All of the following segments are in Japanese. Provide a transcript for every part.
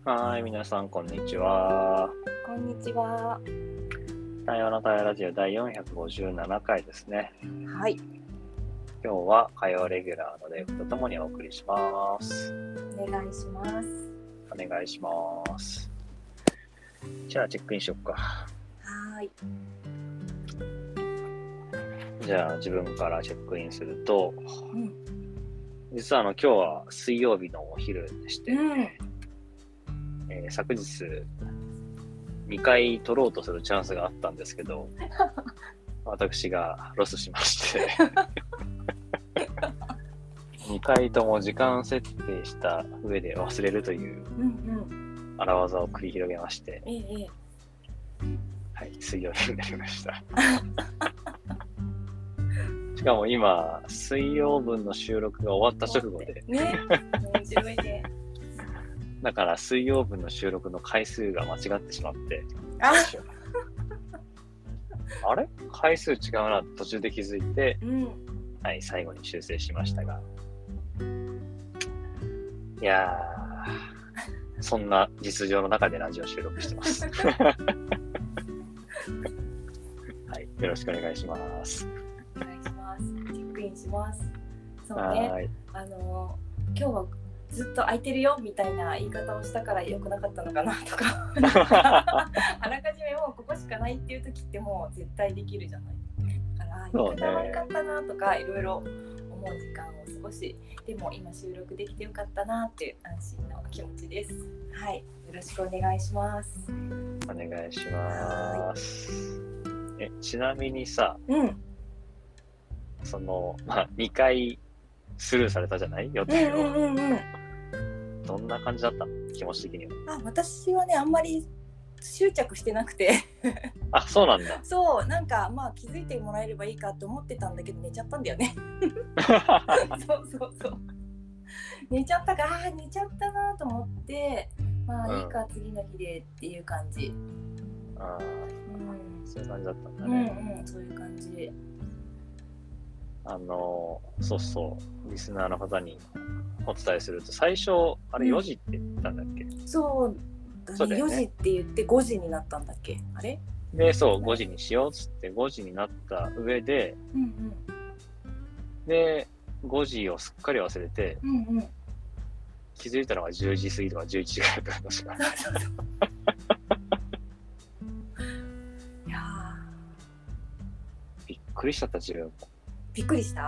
はい、皆さん、こんにちは。 こんにちは。 対話の対話ラジオ第457回ですね。 はい。 今日は火曜レギュラーのデイブとともにお送りします。 お願いします。 お願いします。じゃあ、チェックインしよっか。 はい。 じゃあ、自分からチェックインすると、 うん。 実は今日は水曜日のお昼でして、昨日2回取ろうとするチャンスがあったんですけど、私がロスしまして2回とも時間設定した上で忘れるという荒技を繰り広げまして、はい、水曜日になりましたしかも今水曜分の収録が終わった直後でね、面白いね。 だから水曜分の収録の回数が間違ってしまって、あれ回数違うな途中で気づいて、はい、最後に修正しましたが、いやー、そんな実情の中でラジオ収録してますはい、よろしくお願いします。 お願いします。チェックインします。そうね、今日はずっと空いてるよみたいな言い方をしたから良くなかったのかなとかあらかじめもうここしかないっていう時ってもう絶対できるじゃない。だから言い方悪かったなとかいろいろ思う時間を過ごし、でも今収録できてよかったなっていう安心の気持ちです。はい、よろしくお願いします。 お願いします。ちなみにさ、2回スルーされたじゃない予定を、どんな感じだったの気持ち的には。 私はねあんまり執着してなくてあ、そうなんだ。 そう、なんか気づいてもらえればいいかと思ってたんだけど寝ちゃったんだよねそう寝ちゃったか寝ちゃったなと思って、いいか次の日でっていう感じ。 そういう感じだったんだね。 そういう感じ。 そうそうリスナーの方にお伝えすると、最初あれ4時って言ったんだっけ。 そうだね、4時って言って5時になったんだっけ。あれで、そう5時にしようっつって5時になった上で、で5時をすっかり忘れて、気づいたのが10時過ぎとか11時ぐらいだったんですかいやびっくりしちゃった自分。 びっくりした？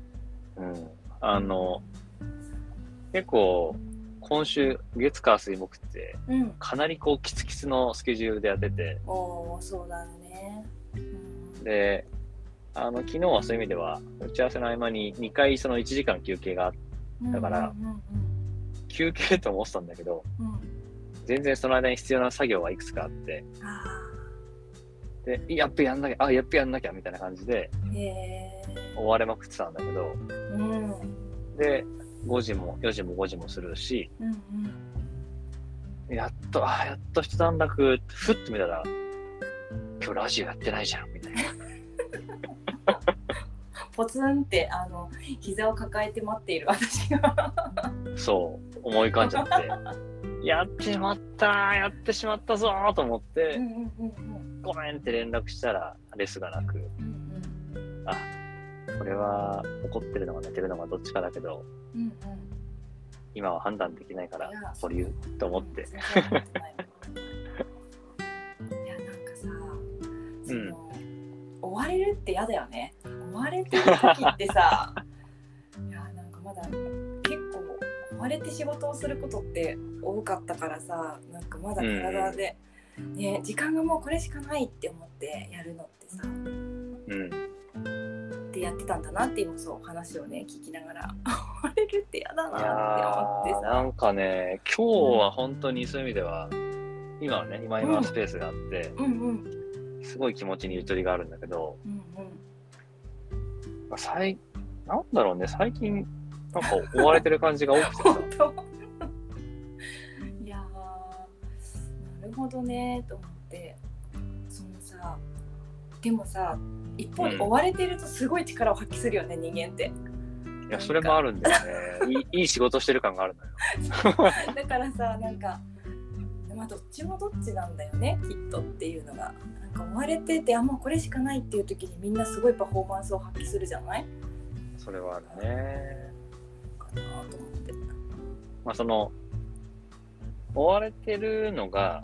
結構今週月火水木って、かなりこうキツキツのスケジュールでやってて、 そうだね。 で昨日はそういう意味では打ち合わせの合間に2回その1時間休憩があったから、休憩と思ってたんだけど、全然その間に必要な作業はいくつかあって、でやっべやんなきゃみたいな感じで追われまくってたんだけど、で5時も4時も5時もするし、やっと一段落ふっと見たら今日ラジオやってないじゃんみたいなポツンって膝を抱えて待っている私がそう思い浮かんじゃってやってしまったぞと思って、ごめんって連絡したらレスがなく、これは怒ってるのか寝てるのかどっちかだけど、今は判断できないから保留と思っていやなんかさ、追われるって嫌だよね。追われてる時ってさいやなんかまだ結構追われて仕事をすることって多かったからさ、なんかまだ体で、時間がもうこれしかないって思ってやるのってさ、ってやってたんだなって今そう話をね聞きながら追われるって嫌だなって思ってさ、 なんかね今日は本当にそういう意味では今はスペースがあって、すごい気持ちにゆとりがあるんだけど、なんだろうね、最近なんか追われてる感じが多くてさいやなるほどねと思って、そのさでもさ一方に追われてるとすごい力を発揮するよね、人間って。 いやそれもあるんだよねいい仕事してる感があるのよだからさ、なんかまあどっちもどっちなんだよねきっとっていうのがなんか追われてて、もうこれしかないっていう時にみんなすごいパフォーマンスを発揮するじゃない。 それはあるね。 かなと思って。 まあその追われてるのが、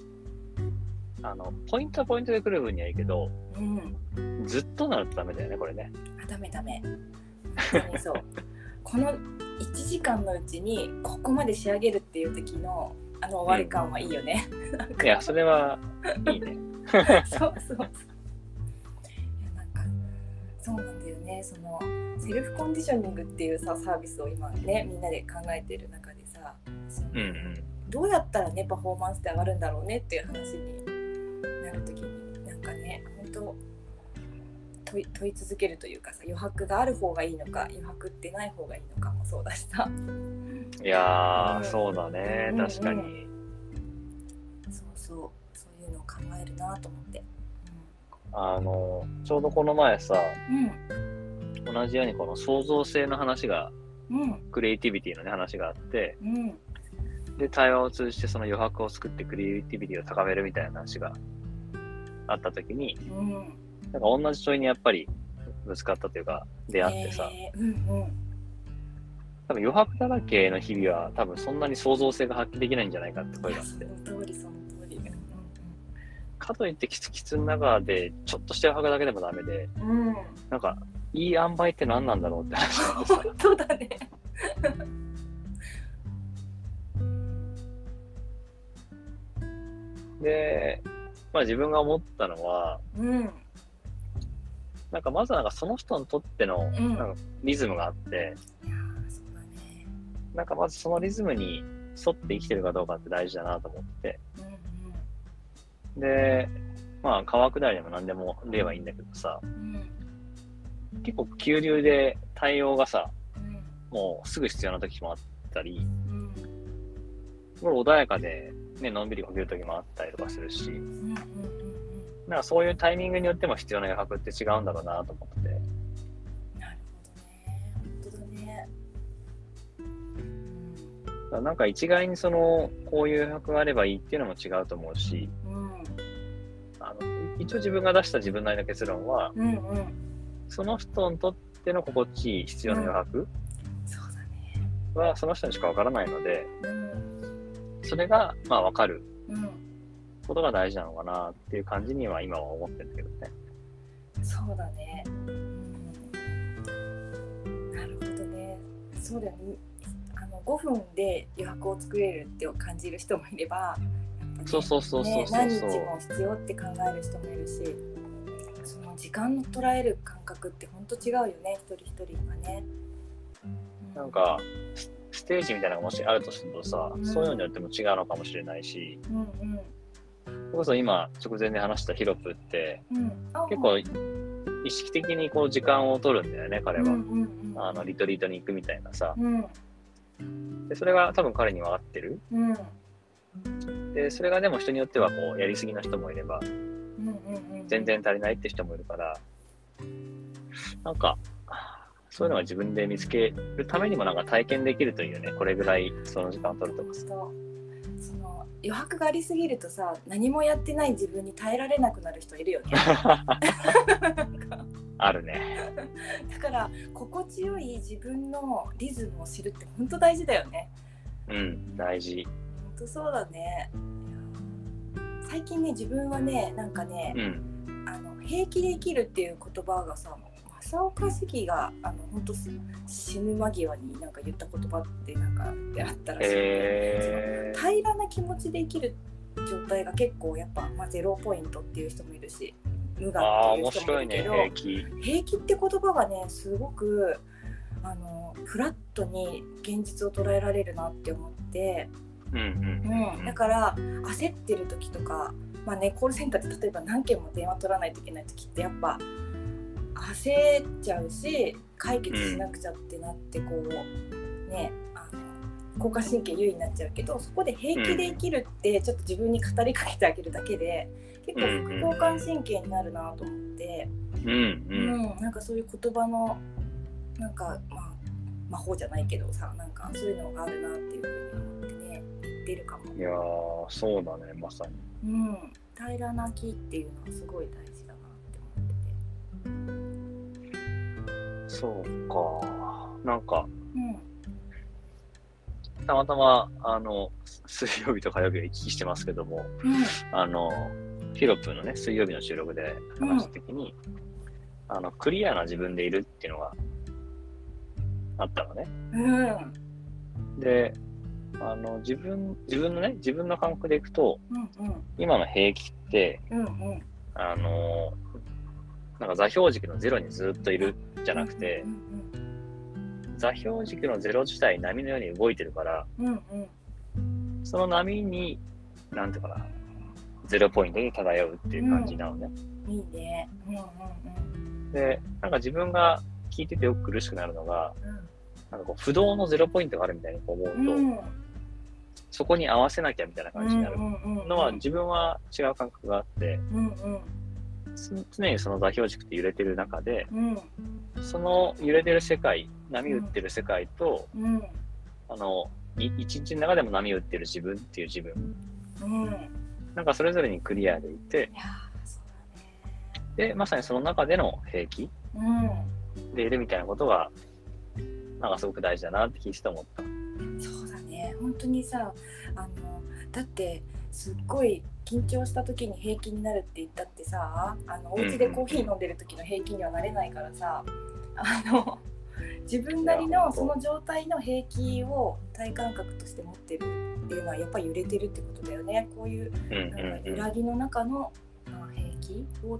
ポイントはポイントで来る分にはいいけど、ずっとなるとダメだよねこれね。 ダメ本当にそうこの1時間のうちにここまで仕上げるっていう時の終わり感はいいよね、 いやそれはいいねそういやなんかそうなんだよね。そのセルフコンディショニングっていうさサービスを今ねみんなで考えてる中でさ、どうやったらねパフォーマンスって上がるんだろうねっていう話になるときになんかね本当問い続けるというかさ、余白がある方がいいのか余白ってない方がいいのかもそうだしさ。 いやそうだね、確かに。 そういうのを考えるなと思って、 ちょうどこの前さ、同じようにこの創造性の話が、クリエイティビティのね話があって、で対話を通じてその余白を作ってクリエイティビティを高めるみたいな話があった時に、なんか同じ問いにやっぱりぶつかったというか出会ってさ、多分余白だらけの日々は多分そんなに創造性が発揮できないんじゃないかって声があって、 その通りかといってキツの中でちょっとした余白だけでもダメで、なんかいい塩梅って何なんだろうって話なんですよ。 本当だねで、まあ自分が思ったのは、なんかまずその人にとってのなんかリズムがあって、なんかまずそのリズムに沿って生きてるかどうかって大事だなと思って、で、まあ川下りでも何でも例はいいんだけどさ、結構急流で対応がさ、もうすぐ必要な時もあったり、穏やかで、ね、のんびりこける時もあったりとかするし、なんかそういうタイミングによっても必要な余白って違うんだろうなと思って。 なるほどね、本当だね。 なんか一概にこういう余白があればいいっていうのも違うと思うし、一応自分が出した自分なりの結論は、その人にとっての心地いい必要な余白はその人にしかわからないので、それがまあ分かることが大事なのかなっていう感じには今は思ってるんだけどね。 そうだね、なるほどね。そうだよね。5分で余白を作れるって感じる人もいれば、 そう何日も必要って考える人もいるし、その時間の捉える感覚って本当違うよね、一人一人がね。 なんかステージみたいなのがもしあるとするとさ、そういうのによっても違うのかもしれないし、それこそ今直前で話したヒロプって、結構意識的にこう時間を取るんだよね、彼は。リトリートに行くみたいなさ。でそれが多分彼には合ってる。でそれがでも人によってはこうやりすぎな人もいれば、全然足りないって人もいるから、なんかそういうのが自分で見つけるためにもなんか体験できるというね、これぐらいその時間を取るとかさ。 その余白がありすぎるとさ、何もやってない自分に耐えられなくなる人いるよね。 あるね。 だから心地よい自分のリズムを知るって本当大事だよね。 大事。 本当そうだね。最近ね、自分はね、なんかね、平気で生きるっていう言葉がさ、正岡子規が本当死ぬ間際になんか言った言葉ってなんかあったらしいので、平らな気持ちで生きる状態が結構やっぱ、ゼロポイントっていう人もいるし、無我っていう人もいるけど、平気って言葉がね、すごくフラットに現実を捉えられるなって思って、だから焦ってる時とか、コールセンターって例えば何件も電話取らないといけない時ってやっぱ焦っちゃうし、解決しなくちゃってなってこうね、交感神経優位になっちゃうけど、そこで平気で生きるってちょっと自分に語りかけてあげるだけで結構副交感神経になるなと思って、なんかそういう言葉のなんか魔法じゃないけどさ、なんかそういうのがあるなっていうふうに思ってね。 出るかも。 いやー、そうだね、まさに。 うん、平らな木っていうのはすごい大事だなって思ってて。 そうか。なんか、 うん、 たまたま、水曜日と火曜日を行き来してますけども、ヒロプのね、水曜日の収録で話したときに、クリアな自分でいるっていうのがあったのね。で、自分のね、自分の感覚でいくと、今の平気って、なんか座標軸のゼロにずっといるじゃなくて、座標軸のゼロ自体波のように動いてるから、その波に、なんていうかな、ゼロポイントに漂うっていう感じなのね。 いいね。 で、なんか自分が聞いててよく苦しくなるのが、なんかこう不動のゼロポイントがあるみたいに思うと、そこに合わせなきゃみたいな感じになるのは、自分は違う感覚があって、常にその座標軸って揺れてる中で、その揺れてる世界、波打ってる世界と、一日の中でも波打ってる自分っていう自分、なんかそれぞれにクリアでいて、で、まさにその中での平気でいるみたいなことが、なんかすごく大事だなって聞いてて思った。 そうだね、本当にさ、だってすっごい緊張した時に平気になるって言ったってさ、お家でコーヒー飲んでる時の平気にはなれないからさ、自分なりのその状態の平気を体感覚として持ってるっていうのはやっぱり揺れてるってことだよね。こういうなんか揺らぎの中の平気を、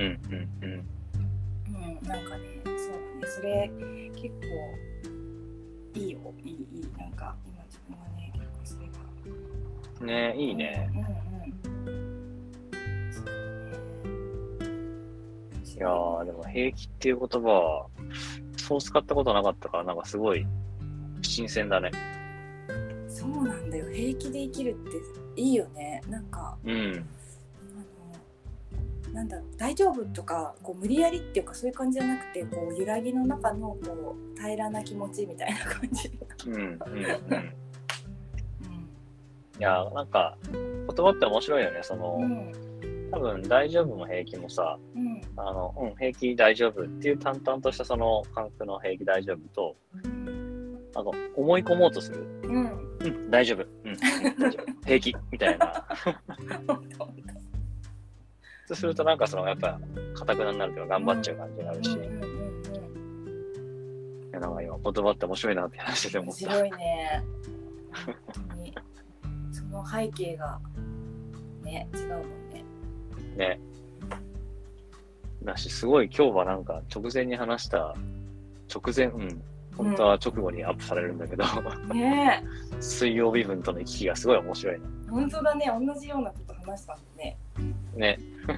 なんかね、そうだね、それ結構いいよ、いい、なんか今自分はね、結構それがね、いいね。いやー、でも平気っていう言葉はそう使ったことなかったから、なんかすごい新鮮だね。 そうなんだよ、平気で生きるっていいよね。なんか、なんだろう、大丈夫とかこう無理やりっていうかそういう感じじゃなくて、こう揺らぎの中のこう平らな気持ちみたいな感じ。 いや、なんか言葉って面白いよね。その、多分大丈夫も平気もさ、平気大丈夫っていう淡々としたその感覚の平気大丈夫と、思い込もうとする。大丈夫。大丈夫。平気みたいな。そうするとなんかそのやっぱ堅くなるというか頑張っちゃう感じがあるし、なんか今言葉って面白いなって話して思った。 面白いね。その背景がね、違うもんね。 ね。だし、すごい今日はなんか直前に話した本当は直後にアップされるんだけど、水曜日分との行き来がすごい面白いな。 本当だね、同じようなこと話したんだね。 ね。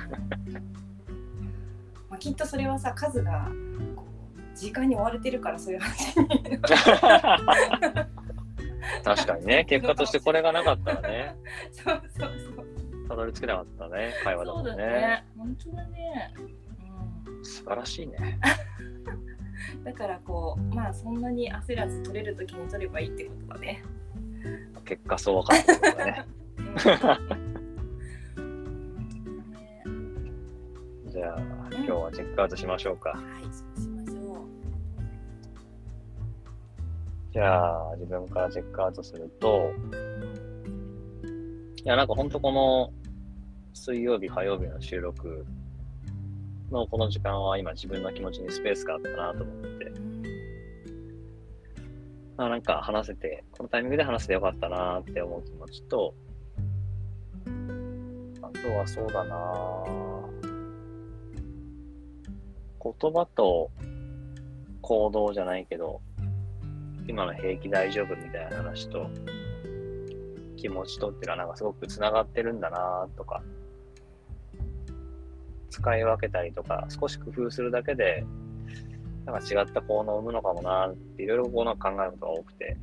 まあきっとそれはさ、数がこう時間に追われてるからそういう話に確かにね、結果としてこれがなかったらね、 そうたどり着けなかったね、会話だもんね。 そうだね、本当だね。 素晴らしいね。 だからこう、まあそんなに焦らず取れるときに取ればいいってことだね。 結果そう分かったことだね。じゃあ、今日はチェックアウトしましょうか。 はい、そうしましょう。 じゃあ、自分からチェックアウトすると、いや、なんか本当この水曜日、火曜日の収録のこの時間は今自分の気持ちにスペースがあったなと思って、なんか話せて、このタイミングで話せてよかったなって思う気持ちと、あとはそうだな、言葉と行動じゃないけど、今の平気大丈夫みたいな話と気持ちとっていうのはなんかすごくつながってるんだなとか、使い分けたりとか少し工夫するだけでなんか違った効能を生むのかもなっていろいろこうなんか考えることが多くて、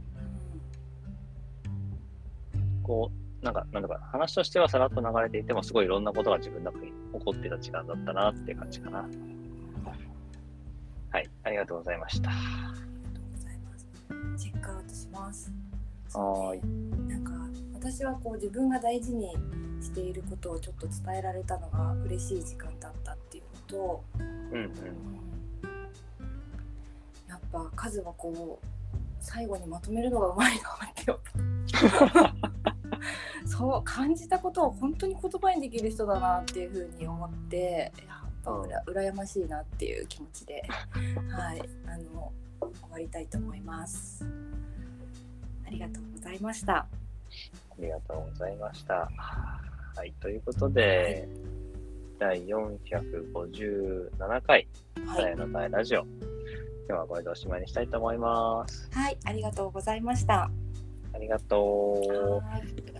こうなんか話としてはさらっと流れていてもすごいいろんなことが自分の中に起こっていた時間だったなっていう感じかな。はい、ありがとうございました。 ありがとうございます。チェックアウトします。 はい。 なんか私はこう自分が大事にしていることをちょっと伝えられたのが嬉しい時間だったっていうのと、やっぱカズはこう最後にまとめるのがうまいなってそう感じたことを本当に言葉にできる人だなっていうふうに思って、やっぱ羨ましいなっていう気持ちで、はい、終わりたいと思います。ありがとうございました。 ありがとうございました。はい、ということで、第457回さやのたえラジオ、今日はこれでおしまいにしたいと思います。 はい、ありがとうございました。 ありがとう。